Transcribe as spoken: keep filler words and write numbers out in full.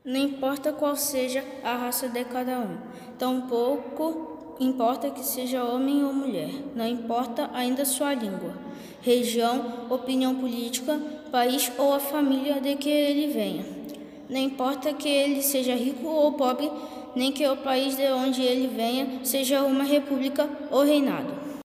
Não importa qual seja a raça de cada um, tampouco importa que seja homem ou mulher, não importa ainda sua língua, região, opinião política, país ou a família de que ele venha. Não importa que ele seja rico ou pobre, nem que o país de onde ele venha seja uma república ou reinado.